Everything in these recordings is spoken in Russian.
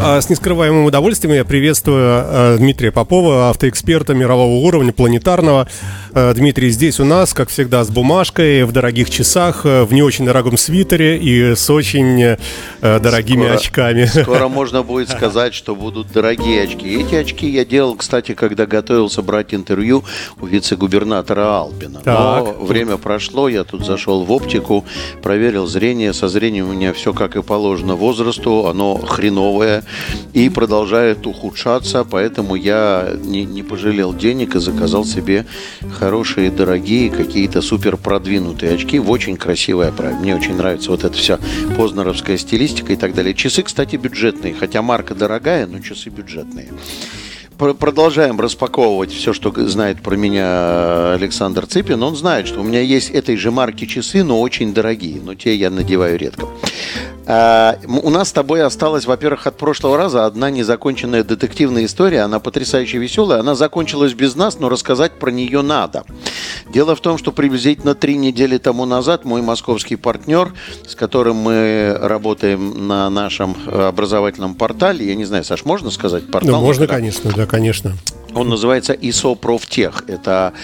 С нескрываемым удовольствием я приветствую Дмитрия Попова, автоэксперта мирового уровня, планетарного. Дмитрий здесь у нас, как всегда, с бумажкой, в дорогих часах, в не очень дорогом свитере и с очень дорогими очками. Скоро можно будет сказать, что будут дорогие очки. Эти очки я делал, кстати, когда готовился брать интервью у вице-губернатора Албина. Но время прошло, я тут зашел в оптику, проверил зрение. Со зрением у меня все как и положено возрасту, оно хреновое и продолжает ухудшаться, поэтому я не пожалел денег и заказал себе хорошие, дорогие, какие-то супер продвинутые очки в очень красивой оправе. Мне очень нравится вот эта вся познеровская стилистика и так далее. Часы, кстати, бюджетные, хотя марка дорогая, но часы бюджетные. Продолжаем распаковывать все, что знает про меня Александр Цыпин. Он знает, что у меня есть этой же марки часы, но очень дорогие. Но те я надеваю редко. У нас с тобой осталась, во-первых, от прошлого раза одна незаконченная детективная история. Она потрясающе веселая. Она закончилась без нас, но рассказать про нее надо. Дело в том, что приблизительно 3 недели тому назад мой московский партнер, с которым мы работаем на нашем образовательном портале, я не знаю, Саш, можно сказать портал? Ну, можно, конечно, да, конечно. Он называется ISO Профтех. Это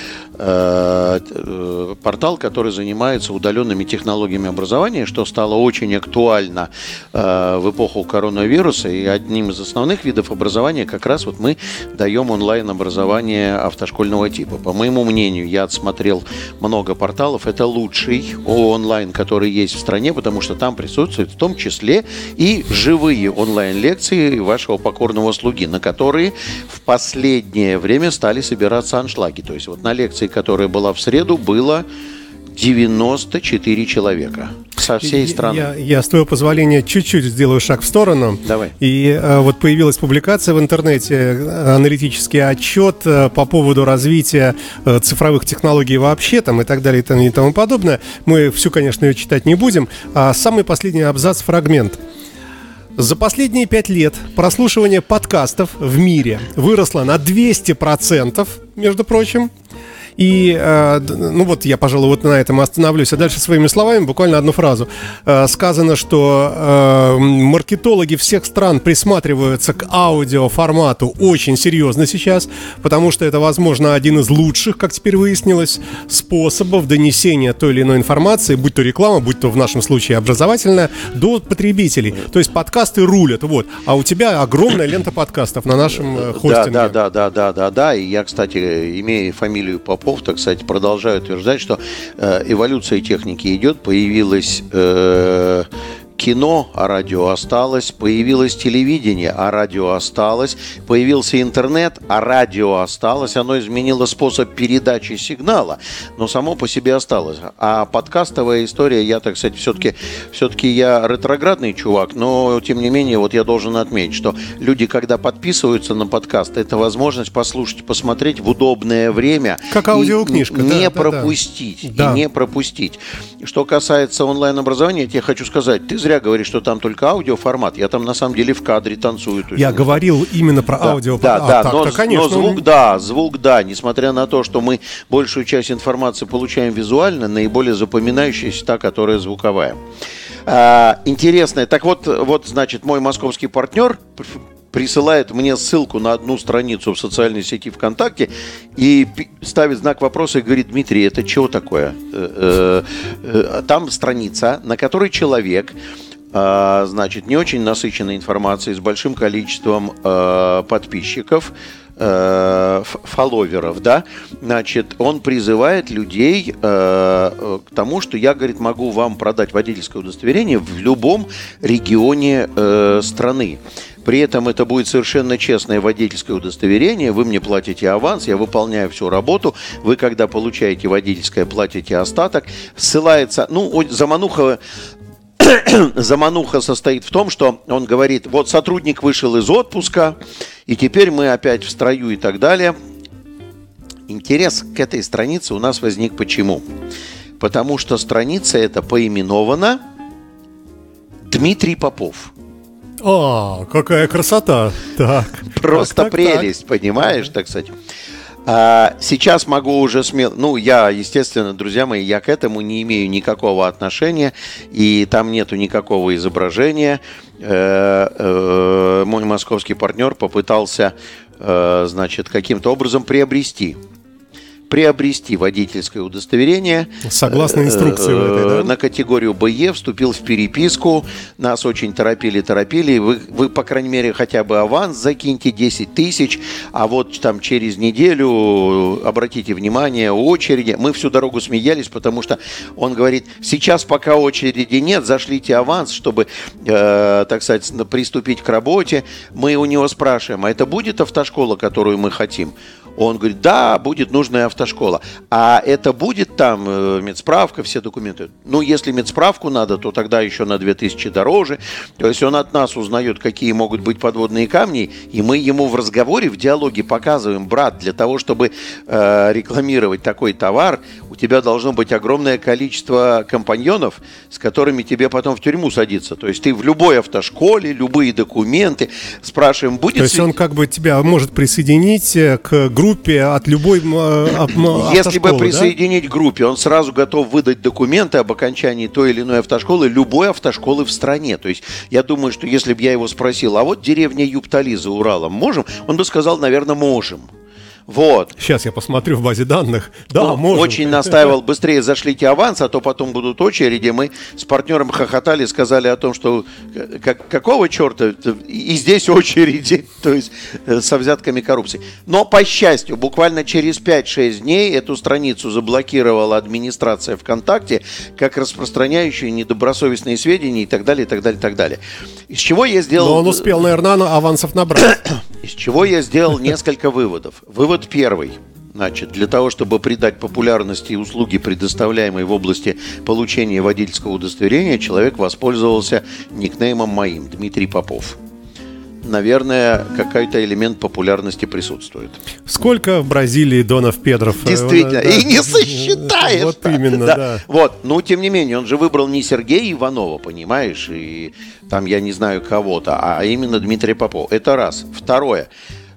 портал, который занимается удаленными технологиями образования, что стало очень актуально в эпоху коронавируса. И одним из основных видов образования как раз вот мы даем онлайн-образование автошкольного типа. По моему мнению, я отсмотрел много порталов. Это лучший онлайн, который есть в стране, потому что там присутствуют в том числе и живые онлайн-лекции вашего покорного слуги, на которые в последнее время стали собираться аншлаги. То есть вот на лекции, которая была в среду, было 94 человека со всей страны. Я, с твоего позволения, чуть-чуть сделаю шаг в сторону. Давай. И вот появилась публикация в интернете, аналитический отчет по поводу развития цифровых технологий вообще, там, и так далее, и тому подобное. Мы всю, конечно, ее читать не будем. А самый последний абзац, фрагмент. За последние 5 лет прослушивание подкастов в мире выросло на 200%, между прочим. И, ну вот я, пожалуй, вот на этом остановлюсь. А дальше своими словами, буквально одну фразу. Сказано, что маркетологи всех стран присматриваются к аудиоформату очень серьезно сейчас, потому что это, возможно, один из лучших, как теперь выяснилось, способов донесения той или иной информации, будь то реклама, будь то в нашем случае образовательная, до потребителей. То есть подкасты рулят, вот. А у тебя огромная лента подкастов на нашем хостинге. Да. И я, кстати, имея фамилию Попов, так сказать, продолжаю утверждать, что эволюция техники идет, появилось кино, а радио осталось, появилось телевидение, а радио осталось, появился интернет, а радио осталось, оно изменило способ передачи сигнала, но само по себе осталось. А подкастовая история, я, так сказать, все-таки я ретроградный чувак, но, тем не менее, вот я должен отметить, что люди, когда подписываются на подкаст, это возможность послушать, посмотреть в удобное время. Как аудиокнижка. Не пропустить. Что касается онлайн-образования, я тебе хочу сказать, ты зря говоришь, что там только аудиоформат. Я там на самом деле в кадре танцую. Я говорил именно про аудио. Но звук, да. Несмотря на то, что мы большую часть информации получаем визуально, наиболее запоминающаяся та, которая звуковая. Интересная. Так вот, значит, мой московский партнер присылает мне ссылку на одну страницу в социальной сети ВКонтакте и ставит знак вопроса и говорит: Дмитрий, это чего такое? Там страница, на которой человек, значит, не очень насыщенной информацией, с большим количеством подписчиков, фолловеров, да, значит, он призывает людей к тому, что я, говорит, могу вам продать водительское удостоверение в любом регионе страны. При этом это будет совершенно честное водительское удостоверение. Вы мне платите аванс, я выполняю всю работу. Вы, когда получаете водительское, платите остаток. Ссылается, замануха состоит в том, что он говорит: вот сотрудник вышел из отпуска, и теперь мы опять в строю и так далее. Интерес к этой странице у нас возник почему? Потому что страница эта поименована Дмитрий Попов. О, какая красота! Так, просто прелесть, понимаешь, так сказать. Сейчас могу уже смело... я, естественно, друзья мои, я к этому не имею никакого отношения, и там нету никакого изображения. мой московский партнер попытался, значит, каким-то образом приобрести водительское удостоверение. Согласно инструкции этой, да? На категорию БЕ, вступил в переписку. Нас очень торопили. Вы, по крайней мере, хотя бы аванс закиньте 10 тысяч, а вот там через неделю, обратите внимание, очереди. Мы всю дорогу смеялись, потому что он говорит, сейчас пока очереди нет, зашлите аванс, чтобы, так сказать, приступить к работе. Мы у него спрашиваем, а это будет автошкола, которую мы хотим? Он говорит, да, будет нужная автошкола. А это будет там медсправка, все документы? Ну, если медсправку надо, то тогда еще на 2000 дороже. То есть он от нас узнает, какие могут быть подводные камни, и мы ему в разговоре, в диалоге показываем, брат, для того, чтобы рекламировать такой товар, у тебя должно быть огромное количество компаньонов, с которыми тебе потом в тюрьму садиться. То есть ты в любой автошколе, любые документы, спрашиваем, будет... То есть он как бы тебя может присоединить к группе от любой автошколы, если бы присоединить к группе, он сразу готов выдать документы об окончании той или иной автошколы, любой автошколы в стране. То есть я думаю, что если бы я его спросил, а вот деревня Юптали за Уралом, можем? Он бы сказал, наверное, можем. Вот. Сейчас я посмотрю в базе данных. Да, можем. Очень настаивал, быстрее зашлите аванс, а то потом будут очереди. Мы с партнером хохотали, сказали о том, что какого черта, и здесь очереди, то есть со взятками коррупции. Но, по счастью, буквально через 5-6 дней эту страницу заблокировала администрация ВКонтакте, как распространяющую недобросовестные сведения и так далее, и так далее, и так далее. Из чего я сделал... Но он успел, наверное, авансов набрать. Из чего я сделал несколько выводов. Вывод первый. Значит, для того, чтобы придать популярности услуги, предоставляемой в области получения водительского удостоверения, человек воспользовался никнеймом моим, Дмитрий Попов. Наверное, какой-то элемент популярности присутствует. Сколько в Бразилии Донов Педров? Действительно, и не сосчитаешь. Вот именно, да. Вот, но тем не менее, он же выбрал не Сергея Иванова, понимаешь, и там я не знаю кого-то, а именно Дмитрия Попова. Это раз. Второе.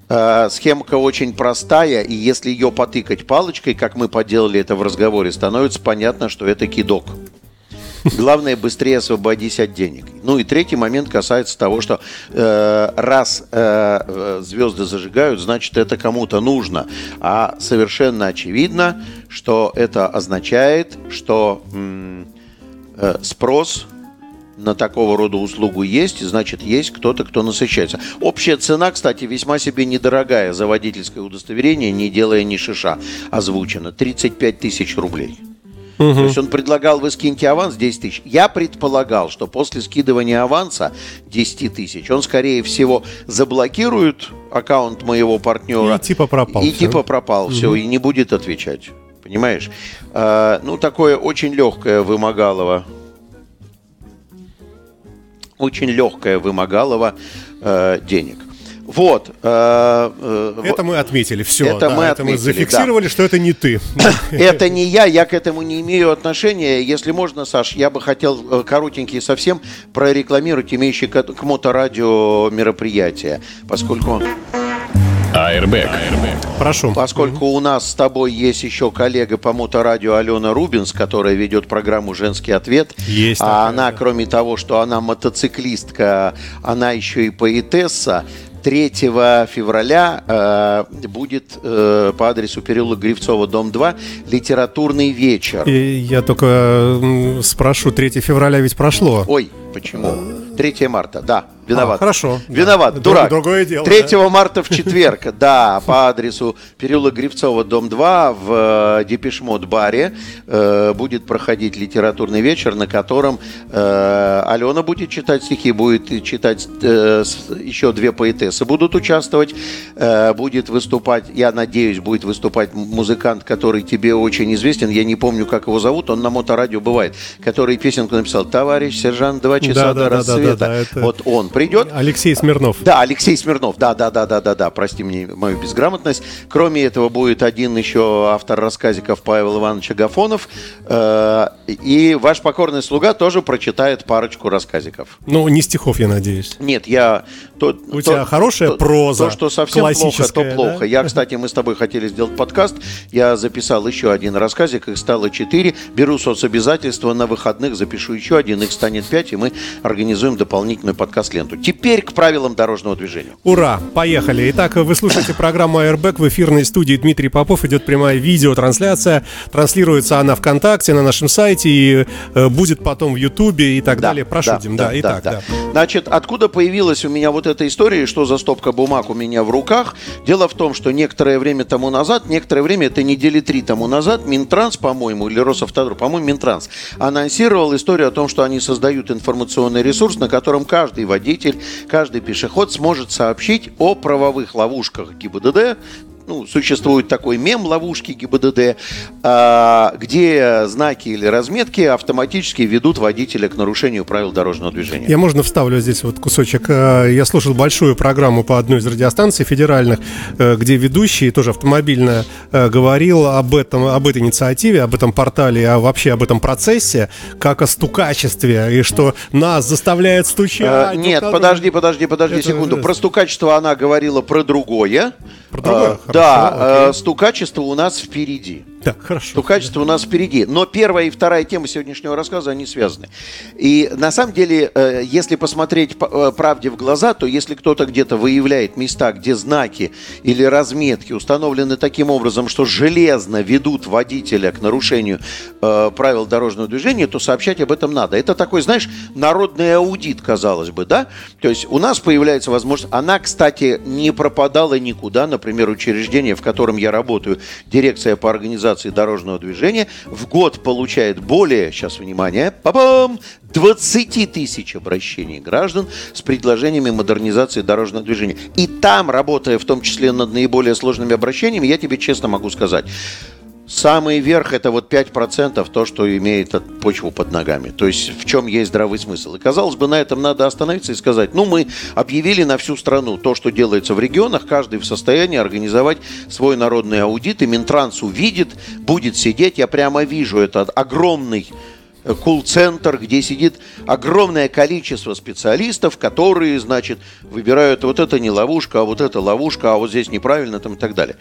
Схемка очень простая, и если ее потыкать палочкой, как мы поделали это в разговоре, становится понятно, что это кидок. Главное, быстрее освободись от денег. Ну и третий момент касается того, что раз звезды зажигают, значит, это кому-то нужно. А совершенно очевидно, что это означает, что спрос на такого рода услугу есть, значит, есть кто-то, кто насыщается. Общая цена, кстати, весьма себе недорогая за водительское удостоверение, не делая ни шиша, озвучена. 35 тысяч рублей. То есть он предлагал, вы скиньте аванс 10 тысяч. Я предполагал, что после скидывания аванса 10 тысяч он, скорее всего, заблокирует аккаунт моего партнера. И типа пропал. И типа пропал, все, и не будет отвечать. Понимаешь? Ну, такое очень легкое вымогалово. Очень легкое вымогалово денег. Вот. Это мы отметили, все. Это мы зафиксировали, да. Что это не ты. Это не я к этому не имею отношения. Если можно, Саш, я бы хотел коротенький совсем прорекламировать имеющие к моторадио мероприятия, поскольку... Airbag. Прошу. Поскольку у нас с тобой есть еще коллега по моторадио Алена Рубинс, которая ведет программу «Женский ответ». Есть. А она, кроме того, что она мотоциклистка, она еще и поэтесса. 3 февраля будет по адресу переулок Гривцова, дом 2, литературный вечер. И я только спрошу, 3 февраля ведь прошло. Ой, почему? 3 марта, да. Виноват. Хорошо. Виноват, да. дурак. Другое дело. 3 марта в четверг, да, по адресу переулок Гривцова, дом 2, в Депешмот-баре будет проходить литературный вечер, на котором Алена будет читать стихи, будет читать еще 2 поэтессы будут участвовать, будет выступать, я надеюсь, будет выступать музыкант, который тебе очень известен, я не помню, как его зовут, он на моторадио бывает, который песенку написал «Товарищ сержант, 2 часа до рассвета». Это... Вот он. придет. Алексей Смирнов. Да, Алексей Смирнов. Да, прости мне мою безграмотность. Кроме этого будет один еще автор рассказиков Павел Иванович Агафонов. И ваш покорный слуга тоже прочитает парочку рассказиков. Ну, не стихов, я надеюсь. Нет, я... У тебя хорошая проза. То, что совсем плохо, то плохо. Да? Я, кстати, мы с тобой хотели сделать подкаст. Я записал еще один рассказик, их стало 4. Беру соцобязательства, на выходных запишу еще один, их станет 5, и мы организуем дополнительную подкаст-ленту. Теперь к правилам дорожного движения. Ура, поехали. Итак, вы слушаете программу Airbag. В эфирной студии Дмитрий Попов. Идет прямая видеотрансляция. Транслируется она ВКонтакте, на нашем сайте, и будет потом в Ютубе и так далее. Прошу, Дим. Да. Значит, откуда появилась у меня вот эта история, что за стопка бумаг у меня в руках? Дело в том, что некоторое время тому назад, это недели 3 тому назад, Минтранс, по-моему, или Росавтодор, по-моему, Минтранс, анонсировал историю о том, что они создают информационный ресурс, на котором каждый водитель, каждый пешеход сможет сообщить о правовых ловушках ГИБДД. Существует такой мем ловушки ГИБДД, где знаки или разметки автоматически ведут водителя к нарушению правил дорожного движения. Я, можно, вставлю здесь вот кусочек. Я слушал большую программу по одной из радиостанций федеральных, где ведущий, тоже автомобильная, говорил об этой инициативе, об этом портале, вообще об этом процессе, как о стукачестве, и что нас заставляет стучать. Нет, подожди секунду. Про стукачество она говорила про другое. Про другое? Да, стукачество у нас впереди. Да, хорошо. Стукачество у нас впереди. Но первая и вторая тема сегодняшнего рассказа, они связаны. И на самом деле, если посмотреть правде в глаза, то если кто-то где-то выявляет места, где знаки или разметки установлены таким образом, что железно ведут водителя к нарушению правил дорожного движения, то сообщать об этом надо. Это такой, знаешь, народный аудит, казалось бы, да? То есть у нас появляется возможность... Она, кстати, не пропадала никуда. Например, учреждение, в котором я работаю, дирекция по организации дорожного движения, в год получает более, сейчас внимание, 20 тысяч обращений граждан с предложениями модернизации дорожного движения. И там, работая в том числе над наиболее сложными обращениями, я тебе честно могу сказать, самый верх — это вот 5% то, что имеет почву под ногами. То есть в чем есть здравый смысл. И, казалось бы, на этом надо остановиться и сказать, мы объявили на всю страну то, что делается в регионах, каждый в состоянии организовать свой народный аудит, и Минтранс увидит, будет сидеть. Я прямо вижу этот огромный колл-центр, где сидит огромное количество специалистов, которые, значит, выбирают вот это не ловушка, а вот это ловушка, а вот здесь неправильно, там и так далее.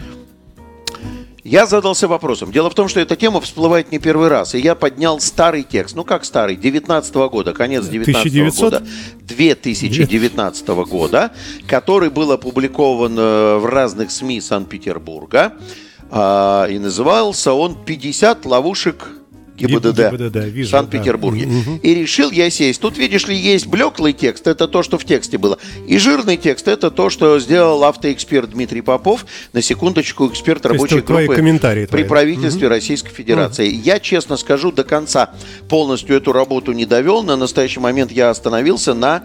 Я задался вопросом. Дело в том, что эта тема всплывает не первый раз. И я поднял старый текст. Как старый? 19 года, конец 19 года. 2019 года, который был опубликован в разных СМИ Санкт-Петербурга. И назывался он «50 ловушек ГИБДД в Санкт-Петербурге». Да. И решил я сесть. Тут, видишь ли, есть блеклый текст, это то, что в тексте было. И жирный текст, это то, что сделал автоэксперт Дмитрий Попов, на секундочку, эксперт рабочей группы при правительстве Российской Федерации. Я, честно скажу, до конца полностью эту работу не довел. На настоящий момент я остановился на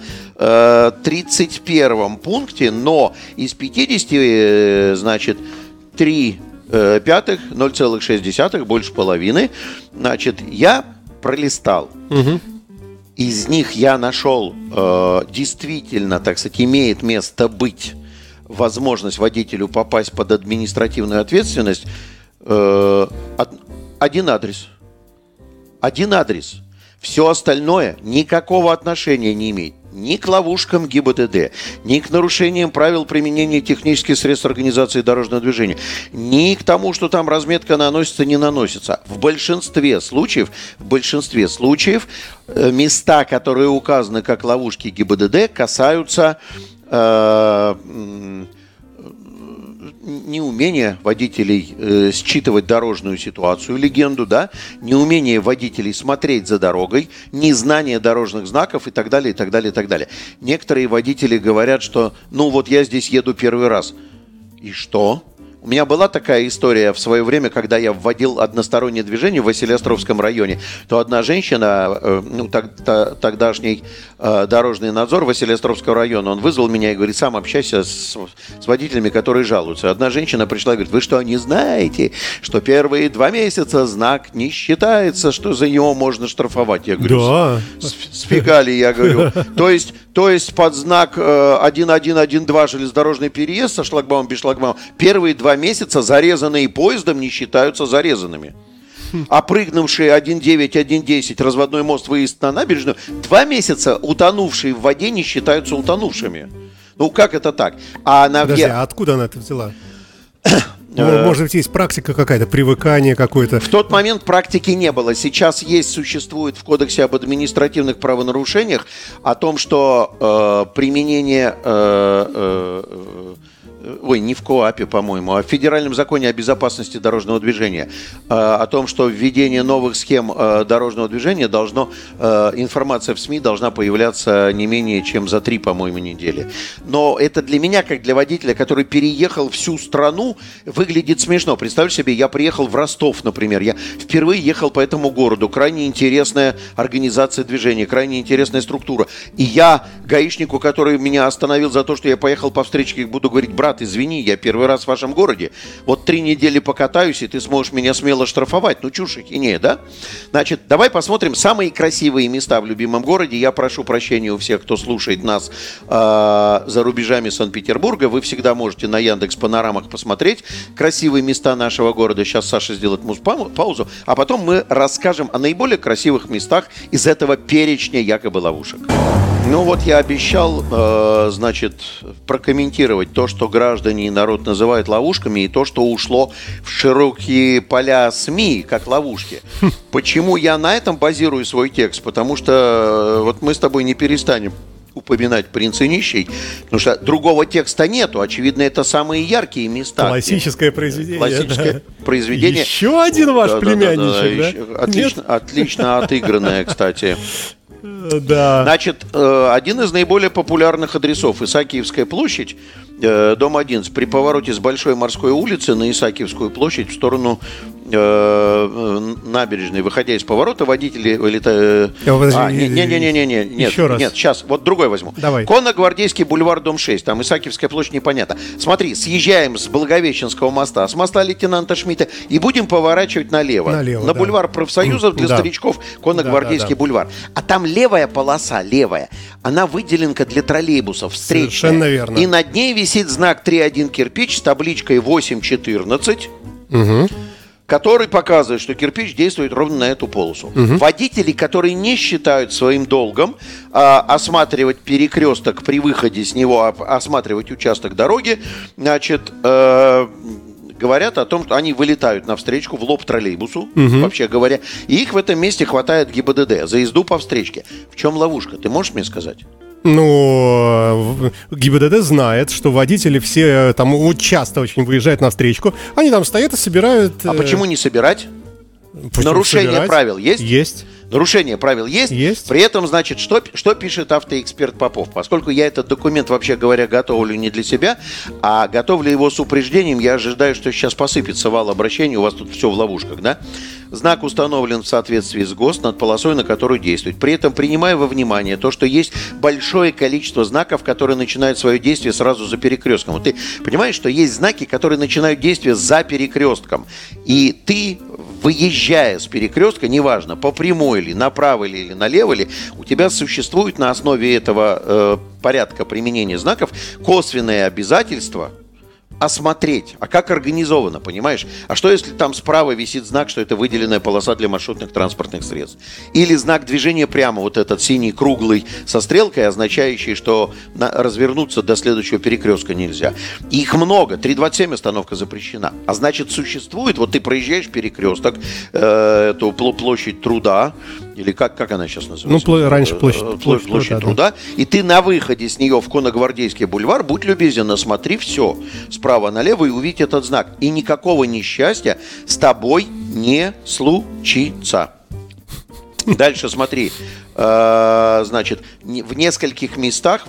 31-м пункте, но из 50, значит, 3 пятых, 0,6, больше половины. Значит, я пролистал. Из них я нашел действительно, так сказать, имеет место быть возможность водителю попасть под административную ответственность. Один адрес. Все остальное никакого отношения не имеет ни к ловушкам ГИБДД, ни к нарушениям правил применения технических средств организации дорожного движения, ни к тому, что там разметка наносится, не наносится. В большинстве случаев места, которые указаны как ловушки ГИБДД, касаются неумение водителей считывать дорожную ситуацию, легенду, да, неумение водителей смотреть за дорогой, незнание дорожных знаков и так далее, и так далее, и так далее. Некоторые водители говорят, что я здесь еду первый раз. И что? У меня была такая история в свое время, когда я вводил одностороннее движение в Василеостровском районе, то одна женщина, тогдашний дорожный надзор Василеостровского района. Он вызвал меня и говорит, сам общайся с водителями, которые жалуются. Одна женщина пришла и говорит, вы что, не знаете, что первые 2 месяца знак не считается, что за него можно штрафовать? Я говорю, да. Сфигали, я говорю. То есть под знак 1112 железнодорожный переезд со шлагбаумом, без шлагбаума, первые 2 месяца зарезанные поездом не считаются зарезанными. А прыгнувшие 1.9, 1.10 разводной мост, выезд на набережную, 2 месяца утонувшие в воде не считаются утонувшими. Ну, как это так? Подожди, а откуда она это взяла? Может быть, есть практика какая-то, привыкание какое-то? В тот момент практики не было. Сейчас существует в Кодексе об административных правонарушениях о том, что применение... не в КоАПе, по-моему, а в Федеральном законе о безопасности дорожного движения, о том, что введение новых схем дорожного движения информация в СМИ должна появляться не менее чем за 3, по-моему, недели. Но это для меня, как для водителя, который переехал всю страну, выглядит смешно. Представь себе, я приехал в Ростов, например, я впервые ехал по этому городу, крайне интересная организация движения, крайне интересная структура. И я гаишнику, который меня остановил за то, что я поехал по встречке, буду говорить, брат, извини, я первый раз в вашем городе, вот 3 недели покатаюсь, и ты сможешь меня смело штрафовать. Ну, чушь ахинея, да? Значит, давай посмотрим самые красивые места в любимом городе. Я прошу прощения у всех, кто слушает нас за рубежами Санкт-Петербурга. Вы всегда можете на Яндекс.Панорамах посмотреть красивые места нашего города. Сейчас Саша сделает паузу, а потом мы расскажем о наиболее красивых местах из этого перечня якобы ловушек. Ну вот я обещал, прокомментировать то, что граждане и народ называют ловушками, и то, что ушло в широкие поля СМИ как ловушки. Почему я на этом базирую свой текст? Потому что вот мы с тобой не перестанем упоминать «Принц и нищий», потому что другого текста нету. Очевидно, это самые яркие места. Классическое произведение. Классическое произведение. Еще один ваш племянничек, да? Отлично отыгранное, кстати. Да. Значит, один из наиболее популярных адресов — Исаакиевская площадь, дом 11. При повороте с Большой морской улицы на Исаакиевскую площадь в сторону набережной, выходя из поворота, водители вылетают... Нет, сейчас, вот другой возьму. Давай. Конно-Гвардейский бульвар, дом 6, там Исаакиевская площадь, непонятно. Смотри, съезжаем с Благовещенского моста, с моста лейтенанта Шмидта, и будем поворачивать налево на бульвар профсоюзов для старичков, Конно-Гвардейский бульвар. А там левая полоса, она выделенка для троллейбусов, встречная. Совершенно верно. И над ней висит знак 3.1 кирпич с табличкой 8.14. Угу. Который показывает, что кирпич действует ровно на эту полосу. Угу. Водители, которые не считают своим долгом осматривать перекресток при выходе с него, осматривать участок дороги, говорят о том, что они вылетают на встречку в лоб троллейбусу, вообще говоря, и их в этом месте хватает ГИБДД за езду по встречке. В чем ловушка? Ты можешь мне сказать? Ну, ГИБДД знает, что водители все там часто очень выезжают на встречку. Они там стоят и собирают... А почему не собирать? Почему нарушение собирать? Правил есть? Есть. Нарушение правил есть. При этом, значит, что пишет автоэксперт Попов? Поскольку я этот документ, вообще говоря, готовлю не для себя, а готовлю его с упреждением, я ожидаю, что сейчас посыпется вал обращений, у вас тут все в ловушках, да? Знак установлен в соответствии с ГОСТ над полосой, на которую действует. При этом принимая во внимание то, что есть большое количество знаков, которые начинают свое действие сразу за перекрестком. Ты понимаешь, что есть знаки, которые начинают действие за перекрестком. И ты, выезжая с перекрестка, неважно, по прямой или направо или налево, ли, у тебя существует на основе этого порядка применения знаков косвенное обязательство осмотреть, а как организовано, понимаешь? А что если там справа висит знак, что это выделенная полоса для маршрутных транспортных средств? Или знак движения прямо, вот этот синий круглый со стрелкой, означающий, что развернуться до следующего перекрестка нельзя. Их много, 3.27 остановка запрещена. А значит, существует, вот ты проезжаешь перекресток, эту площадь Труда, или как она сейчас называется? Ну, раньше площадь Труда. И ты на выходе с нее в Конно-Гвардейский бульвар, будь любезен, осмотри все справа налево и увидь этот знак. И никакого несчастья с тобой не случится. Дальше смотри. значит, в нескольких местах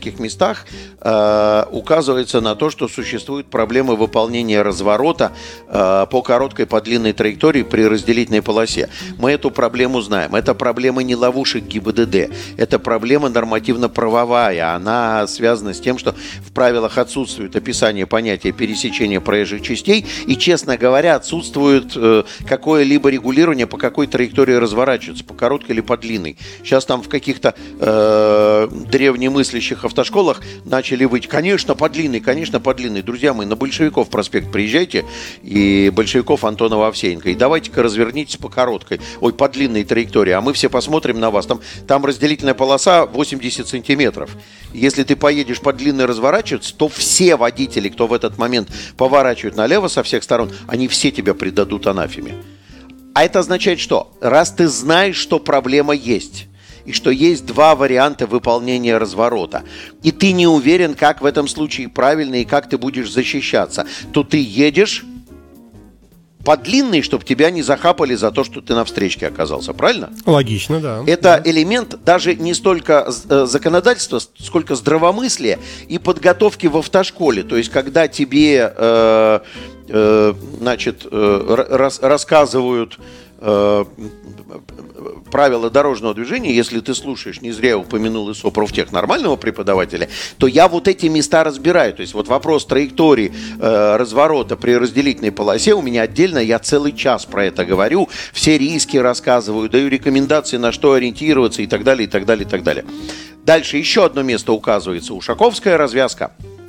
указывается на то, что существуют проблемы выполнения разворота по короткой, по длинной траектории при разделительной полосе. Мы эту проблему знаем. Это проблема не ловушек ГИБДД. Это проблема нормативно-правовая. Она связана с тем, что в правилах отсутствует описание понятия пересечения проезжих частей и, честно говоря, отсутствует какое-либо регулирование, по какой траектории разворачиваться, по короткой или по длинной. Сейчас там в каких-то древнемыслящих автошколах начали выть: конечно, по длинной, конечно, по длинной. Друзья мои, на Большевиков проспект приезжайте, и Большевиков Антонова Овсеенко, и давайте-ка развернитесь по короткой, по длинной траектории, а мы все посмотрим на вас. Там разделительная полоса 80 сантиметров. Если ты поедешь по длинной разворачиваться, то все водители, кто в этот момент поворачивает налево со всех сторон, они все тебя предадут анафеме. А это означает что? Раз ты знаешь, что проблема есть, и что есть два варианта выполнения разворота, и ты не уверен, как в этом случае правильно и как ты будешь защищаться, то ты едешь по длинной, чтобы тебя не захапали за то, что ты на встречке оказался. Правильно? Логично, да. Это элемент даже не столько законодательства, сколько здравомыслия и подготовки в автошколе. То есть, когда тебе рассказывают правила дорожного движения, если ты слушаешь, не зря упомянул ИСО профтех нормального преподавателя, то я вот эти места разбираю. То есть вот вопрос траектории разворота при разделительной полосе у меня отдельно, я целый час про это говорю, все риски рассказываю, даю рекомендации, на что ориентироваться и так далее, и так далее, и так далее. Дальше еще одно место указывается: Ушаковская развязка.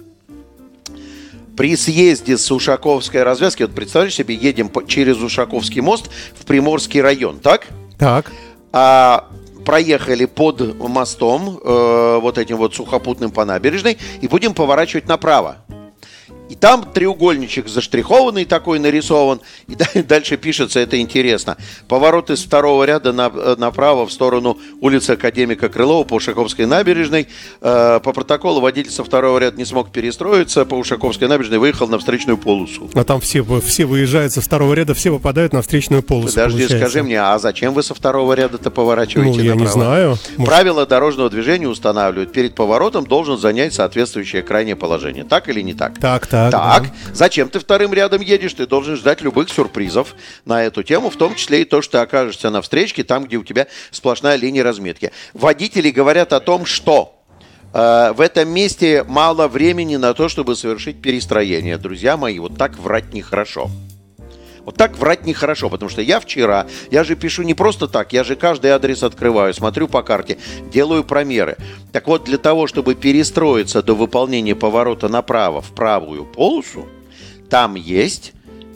При съезде с Ушаковской развязки, вот представляешь себе, едем через Ушаковский мост в Приморский район, так? Так. Проехали под мостом, вот этим вот сухопутным по набережной, и будем поворачивать направо. И там треугольничек заштрихованный такой нарисован, и дальше пишется, это интересно: поворот из второго ряда направо в сторону улицы Академика Крылова по Ушаковской набережной. По протоколу водитель со второго ряда не смог перестроиться, по Ушаковской набережной выехал на встречную полосу. А там все выезжают со второго ряда, все попадают на встречную полосу. Подожди, получается. Скажи мне, а зачем вы со второго ряда-то поворачиваете направо? Я не знаю. Правила дорожного движения устанавливают: перед поворотом должен занять соответствующее крайнее положение. Так или не так? Так. Так, да. Зачем ты вторым рядом едешь? Ты должен ждать любых сюрпризов на эту тему, в том числе и то, что ты окажешься на встречке, там, где у тебя сплошная линия разметки. Водители говорят о том, что в этом месте мало времени на то, чтобы совершить перестроение. Друзья мои, вот так врать нехорошо. Вот так врать нехорошо, потому что я же пишу не просто так, я же каждый адрес открываю, смотрю по карте, делаю промеры. Так вот, для того, чтобы перестроиться до выполнения поворота направо в правую полосу, там есть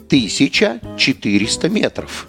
1400 метров.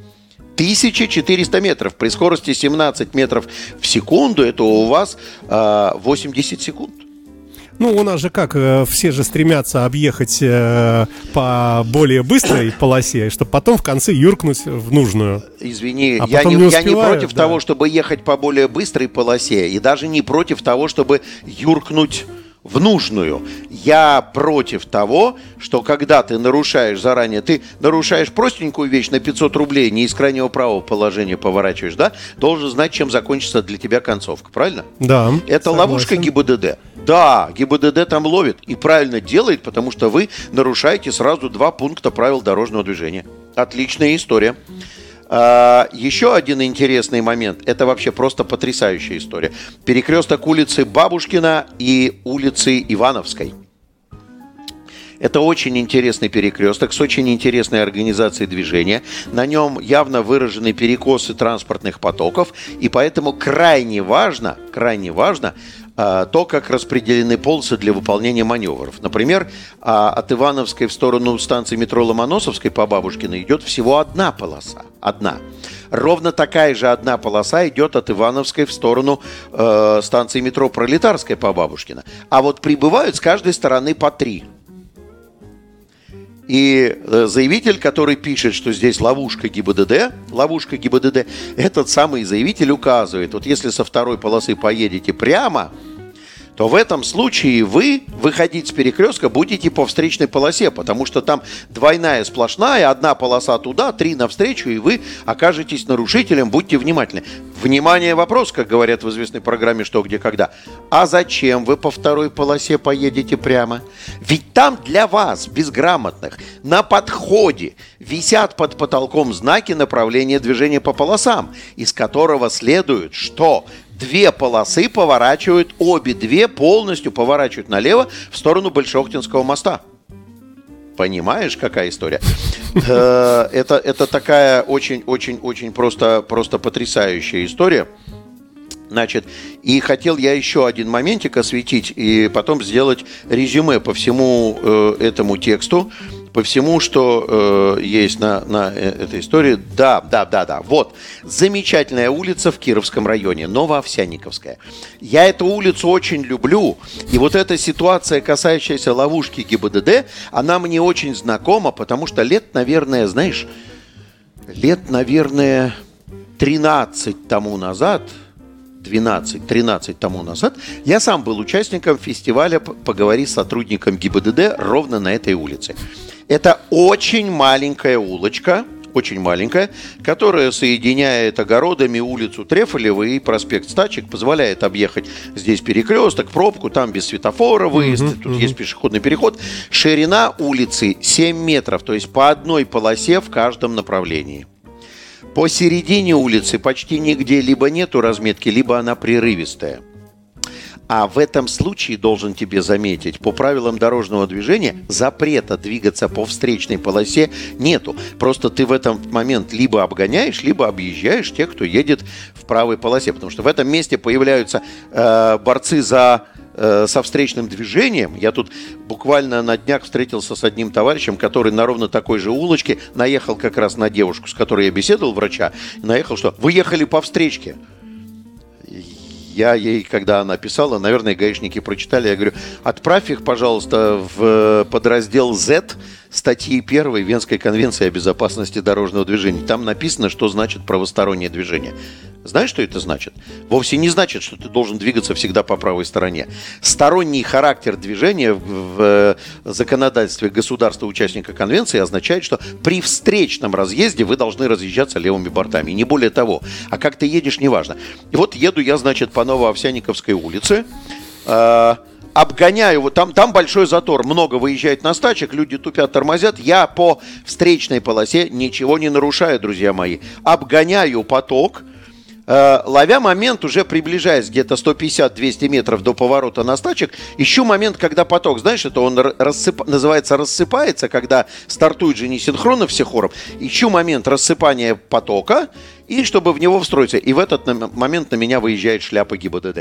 1400 метров при скорости 17 метров в секунду, это у вас 80 секунд. Ну, у нас же как, все же стремятся объехать по более быстрой полосе, чтобы потом в конце юркнуть в нужную. Извини, я не против того, чтобы ехать по более быстрой полосе, и даже не против того, чтобы юркнуть в нужную. Я против того, что когда ты нарушаешь заранее, ты нарушаешь простенькую вещь на 500 рублей, не из крайнего правого положения поворачиваешь, да? Должен знать, чем закончится для тебя концовка, правильно? Да. Это согласен. Ловушка ГИБДД. Да, ГИБДД там ловит и правильно делает, потому что вы нарушаете сразу 2 пункта правил дорожного движения. Отличная история. Еще один интересный момент. Это вообще просто потрясающая история. Перекресток улицы Бабушкина и улицы Ивановской. Это очень интересный перекресток с очень интересной организацией движения. На нем явно выражены перекосы транспортных потоков. И поэтому крайне важно то, как распределены полосы для выполнения маневров. Например, от Ивановской в сторону станции метро Ломоносовской по Бабушкиной идет всего одна полоса. Одна. Ровно такая же одна полоса идет от Ивановской в сторону станции метро Пролетарская по Бабушкина. А вот прибывают с каждой стороны по 3. И заявитель, который пишет, что здесь ловушка ГИБДД, этот самый заявитель указывает: вот если со второй полосы поедете прямо, то в этом случае вы выходить с перекрестка будете по встречной полосе, потому что там двойная сплошная, одна полоса туда, 3 навстречу, и вы окажетесь нарушителем, будьте внимательны. Внимание, вопрос, как говорят в известной программе «Что, где, когда». А зачем вы по второй полосе поедете прямо? Ведь там для вас, безграмотных, на подходе висят под потолком знаки направления движения по полосам, из которого следует, что 2 полосы поворачивают, обе 2 полностью поворачивают налево в сторону Большохтинского моста. Понимаешь, какая история? Это такая очень-очень-очень просто потрясающая история. Значит, и хотел я еще один моментик осветить и потом сделать резюме по всему этому тексту, по всему, что есть на этой истории. Да. Вот. Замечательная улица в Кировском районе, Новоовсянниковская. Я эту улицу очень люблю. И вот эта ситуация, касающаяся ловушки ГИБДД, она мне очень знакома, потому что лет, наверное, 13 тому назад, 12-13 тому назад, я сам был участником фестиваля «Поговори с сотрудником ГИБДД» ровно на этой улице. Это очень маленькая улочка, очень маленькая, которая соединяет огородами улицу Трефолева и проспект Стачек, позволяет объехать здесь перекресток, пробку, там без светофора выезд, тут есть пешеходный переход. Ширина улицы 7 метров, то есть по одной полосе в каждом направлении. Посередине улицы почти нигде либо нету разметки, либо она прерывистая. А в этом случае, должен тебе заметить, по правилам дорожного движения запрета двигаться по встречной полосе нету. Просто ты в этот момент либо обгоняешь, либо объезжаешь тех, кто едет в правой полосе. Потому что в этом месте появляются борцы со встречным движением. Я тут буквально на днях встретился с одним товарищем, который на ровно такой же улочке наехал как раз на девушку, с которой я беседовал, врача. Наехал, что вы ехали по встречке. Я ей, когда она писала, наверное, гаишники прочитали, я говорю, отправь их, пожалуйста, в подраздел Z статьи 1 Венской конвенции о безопасности дорожного движения. Там написано, что значит правостороннее движение. Знаешь, что это значит? Вовсе не значит, что ты должен двигаться всегда по правой стороне. Сторонний характер движения в законодательстве государства-участника конвенции означает, что при встречном разъезде вы должны разъезжаться левыми бортами. Не более того. А как ты едешь, неважно. И вот еду я, значит, по Новоовсянниковской улице, обгоняю, вот там большой затор, много выезжает на Стачек, люди тупят, тормозят. Я по встречной полосе ничего не нарушаю, друзья мои. Обгоняю поток, ловя момент, уже приближаясь где-то 150-200 метров до поворота на Стачек, ищу момент, когда поток, знаешь, это он называется рассыпается, когда стартует же не синхронно все хором. Ищу момент рассыпания потока, и чтобы в него встроиться. И в этот момент на меня выезжает шляпа ГИБДД.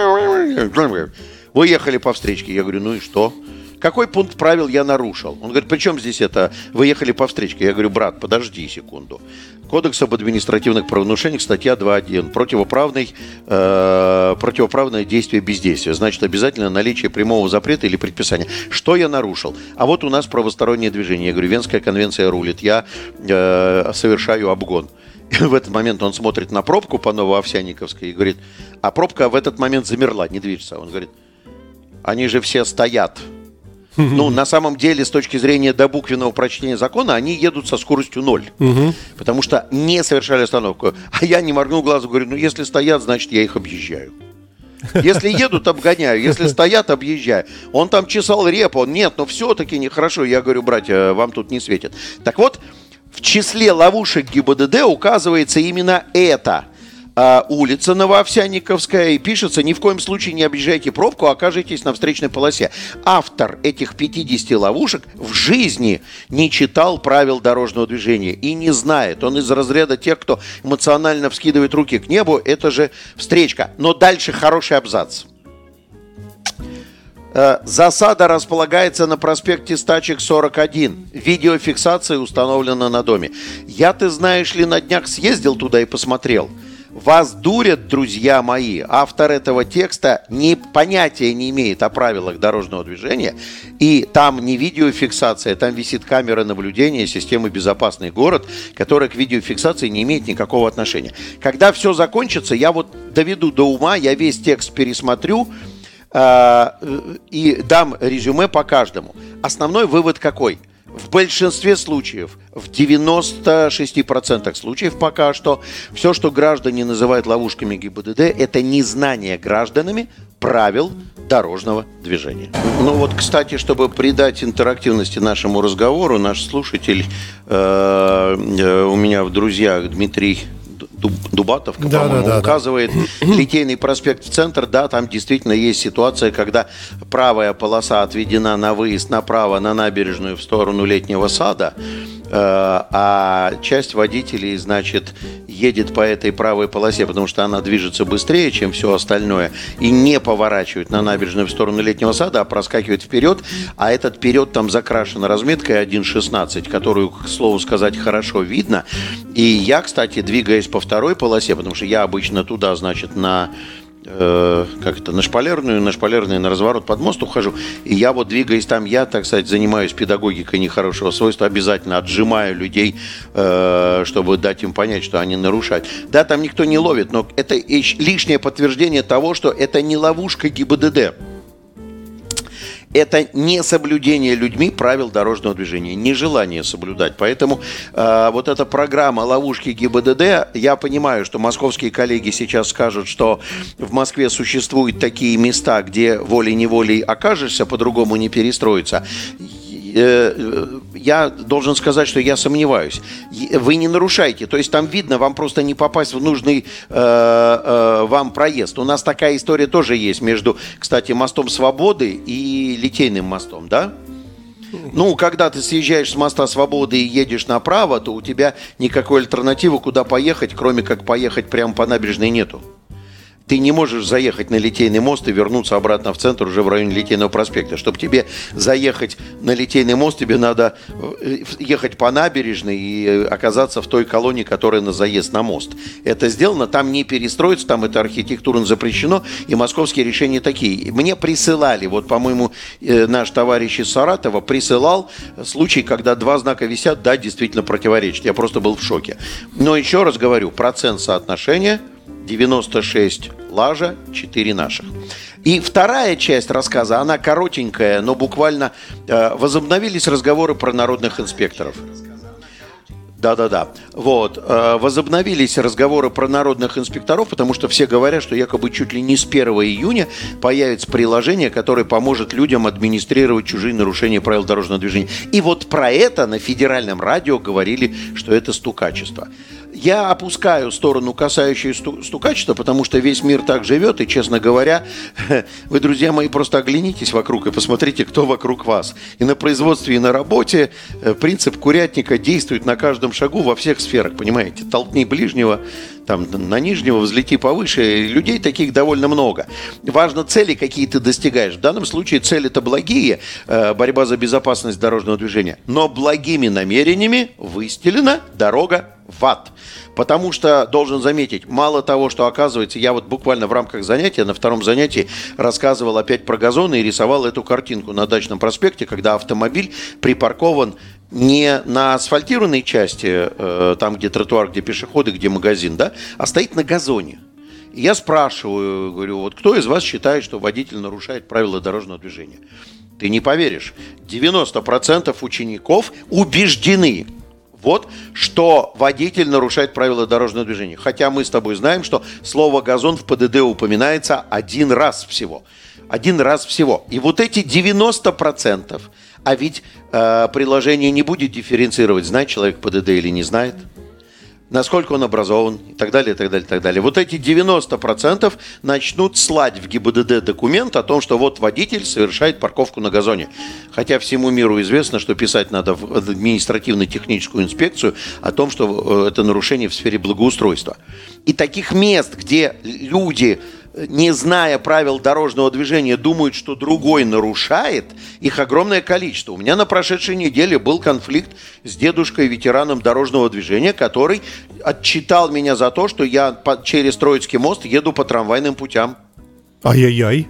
Вы ехали по встречке. Я говорю, ну и что? Какой пункт правил я нарушил? Он говорит, при чем здесь это? Вы ехали по встречке. Я говорю, брат, подожди секунду. Кодекс об административных правонарушениях, статья 2.1. Противоправное действие бездействия. Значит, обязательно наличие прямого запрета или предписания. Что я нарушил? А вот у нас правостороннее движение. Я говорю, Венская конвенция рулит. Я совершаю обгон. И в этот момент он смотрит на пробку по Новоовсянниковской и говорит, а пробка в этот момент замерла, не движется. Он говорит, они же все стоят. Ну, на самом деле, с точки зрения добуквенного прочтения закона, они едут со скоростью 0. Потому что не совершали остановку. А я не моргнул глазом, говорю, ну, если стоят, значит, я их объезжаю. Если едут, обгоняю. Если стоят, объезжаю. Он там чесал репу. Нет, но все-таки нехорошо. Я говорю, братья, вам тут не светит. Так вот, в числе ловушек ГИБДД указывается именно эта улица Новоовсянниковская, и пишется, ни в коем случае не объезжайте пробку, а окажетесь на встречной полосе. Автор этих 50 ловушек в жизни не читал правил дорожного движения и не знает. Он из разряда тех, кто эмоционально вскидывает руки к небу, это же встречка. Но дальше хороший абзац. Засада располагается на проспекте Стачек 41. Видеофиксация установлена на доме. Я, ты знаешь ли, на днях съездил туда и посмотрел. Вас дурят, друзья мои. Автор этого текста понятия не имеет о правилах дорожного движения. И там не видеофиксация, там висит камера наблюдения системы «Безопасный город», которая к видеофиксации не имеет никакого отношения. Когда все закончится, я вот доведу до ума, я весь текст пересмотрю. и дам резюме по каждому. Основной вывод какой? В большинстве случаев, в 96% случаев пока что, все, что граждане называют ловушками ГИБДД, это незнание гражданами правил дорожного движения. Ну вот, кстати, чтобы придать интерактивности нашему разговору, наш слушатель у меня в друзьях Дмитрий Дубатов, по-моему, указывает Литейный проспект в центр. Да, там действительно есть ситуация, когда правая полоса отведена на выезд направо на набережную в сторону Летнего сада, а часть водителей, значит, едет по этой правой полосе, потому что она движется быстрее, чем все остальное, и не поворачивает на набережную в сторону Летнего сада, а проскакивает вперед, а этот вперед там закрашен разметкой 1.16, которую, к слову сказать, хорошо видно. И я, кстати, двигаясь по второй полосе, потому что я обычно туда, значит, на шпалерную, на разворот под мост ухожу. И я вот, двигаясь там, я, так сказать, занимаюсь педагогикой нехорошего свойства, обязательно отжимаю людей, чтобы дать им понять, что они нарушают. Да, там никто не ловит, но это лишнее подтверждение того, что это не ловушка ГИБДД. Это не соблюдение людьми правил дорожного движения, нежелание соблюдать. Поэтому вот эта программа ловушки ГИБДД, я понимаю, что московские коллеги сейчас скажут, что в Москве существуют такие места, где волей-неволей окажешься, по-другому не перестроиться. Я должен сказать, что я сомневаюсь. Вы не нарушаете, то есть там видно, вам просто не попасть в нужный вам проезд. У нас такая история тоже есть между, кстати, мостом Свободы и Литейным мостом, да? Ну, когда ты съезжаешь с моста Свободы и едешь направо, то у тебя никакой альтернативы, куда поехать, кроме как поехать прямо по набережной, нету. Ты не можешь заехать на Литейный мост и вернуться обратно в центр уже в районе Литейного проспекта. Чтобы тебе заехать на Литейный мост, тебе надо ехать по набережной и оказаться в той колонии, которая на заезд на мост. Это сделано, там не перестроиться, там это архитектурно запрещено, и московские решения такие. Мне присылали, вот, по-моему, наш товарищ из Саратова присылал случай, когда два знака висят, да, действительно противоречат. Я просто был в шоке. Но еще раз говорю, процент соотношения 96 лажа, 4 наших. И вторая часть рассказа, она коротенькая, но буквально возобновились разговоры про народных инспекторов. Да. Вот. Возобновились разговоры про народных инспекторов, потому что все говорят, что якобы чуть ли не с 1 июня появится приложение, которое поможет людям администрировать чужие нарушения правил дорожного движения. И вот про это на федеральном радио говорили, что это стукачество. Я опускаю сторону, касающую стукачества, потому что весь мир так живет, и, честно говоря, вы, друзья мои, просто оглянитесь вокруг и посмотрите, кто вокруг вас. И на производстве, и на работе принцип курятника действует на каждом шагу во всех сферах, понимаете? Толкни ближнего, там, на нижнего, взлети повыше. Людей таких довольно много. Важно цели, какие ты достигаешь. В данном случае цели-то благие, борьба за безопасность дорожного движения. Но благими намерениями выстелена дорога в ад. Потому что, должен заметить, мало того, что оказывается, я вот буквально в рамках занятия, на втором занятии рассказывал опять про газоны и рисовал эту картинку на Дачном проспекте, когда автомобиль припаркован не на асфальтированной части, там, где тротуар, где пешеходы, где магазин, да, а стоит на газоне. И я спрашиваю, говорю, вот кто из вас считает, что водитель нарушает правила дорожного движения? Ты не поверишь, 90% учеников убеждены, вот, что водитель нарушает правила дорожного движения. Хотя мы с тобой знаем, что слово «газон» в ПДД упоминается один раз всего. Один раз всего. И вот эти 90%, а ведь приложение не будет дифференцировать, знает человек ПДД или не знает, насколько он образован и так далее, и так далее, и так далее. Вот эти 90% начнут слать в ГИБДД документ о том, что вот водитель совершает парковку на газоне. Хотя всему миру известно, что писать надо в административно-техническую инспекцию о том, что это нарушение в сфере благоустройства. И таких мест, где люди, не зная правил дорожного движения, думают, что другой нарушает, их огромное количество. У меня на прошедшей неделе был конфликт с дедушкой-ветераном дорожного движения, который отчитал меня за то, что я через Троицкий мост еду по трамвайным путям. Ай-яй-яй.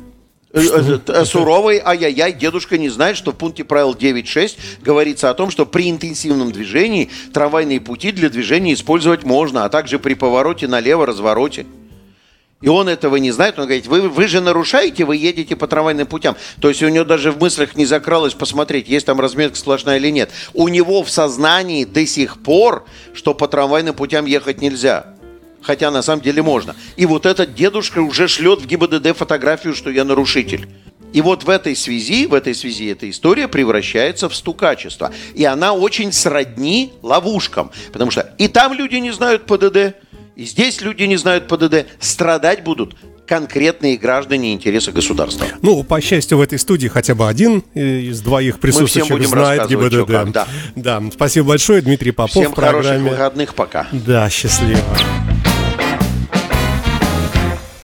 Суровый ай-яй-яй. Дедушка не знает, что в пункте правил 9.6 говорится о том, что при интенсивном движении трамвайные пути для движения использовать можно, а также при повороте налево, развороте. И он этого не знает. Он говорит, вы же нарушаете, вы едете по трамвайным путям. То есть у него даже в мыслях не закралось посмотреть, есть там разметка сплошная или нет. У него в сознании до сих пор, что по трамвайным путям ехать нельзя. Хотя на самом деле можно. И вот этот дедушка уже шлет в ГИБДД фотографию, что я нарушитель. И вот в этой связи эта история превращается в стукачество. И она очень сродни ловушкам. Потому что и там люди не знают ПДД, и здесь люди не знают ПДД. Страдать будут конкретные граждане интересы государства. Ну, по счастью, в этой студии хотя бы один из двоих присутствующих знает ГИБДД. Да. Спасибо большое, Дмитрий Попов. Всем хороших выходных, пока. Да, счастливо.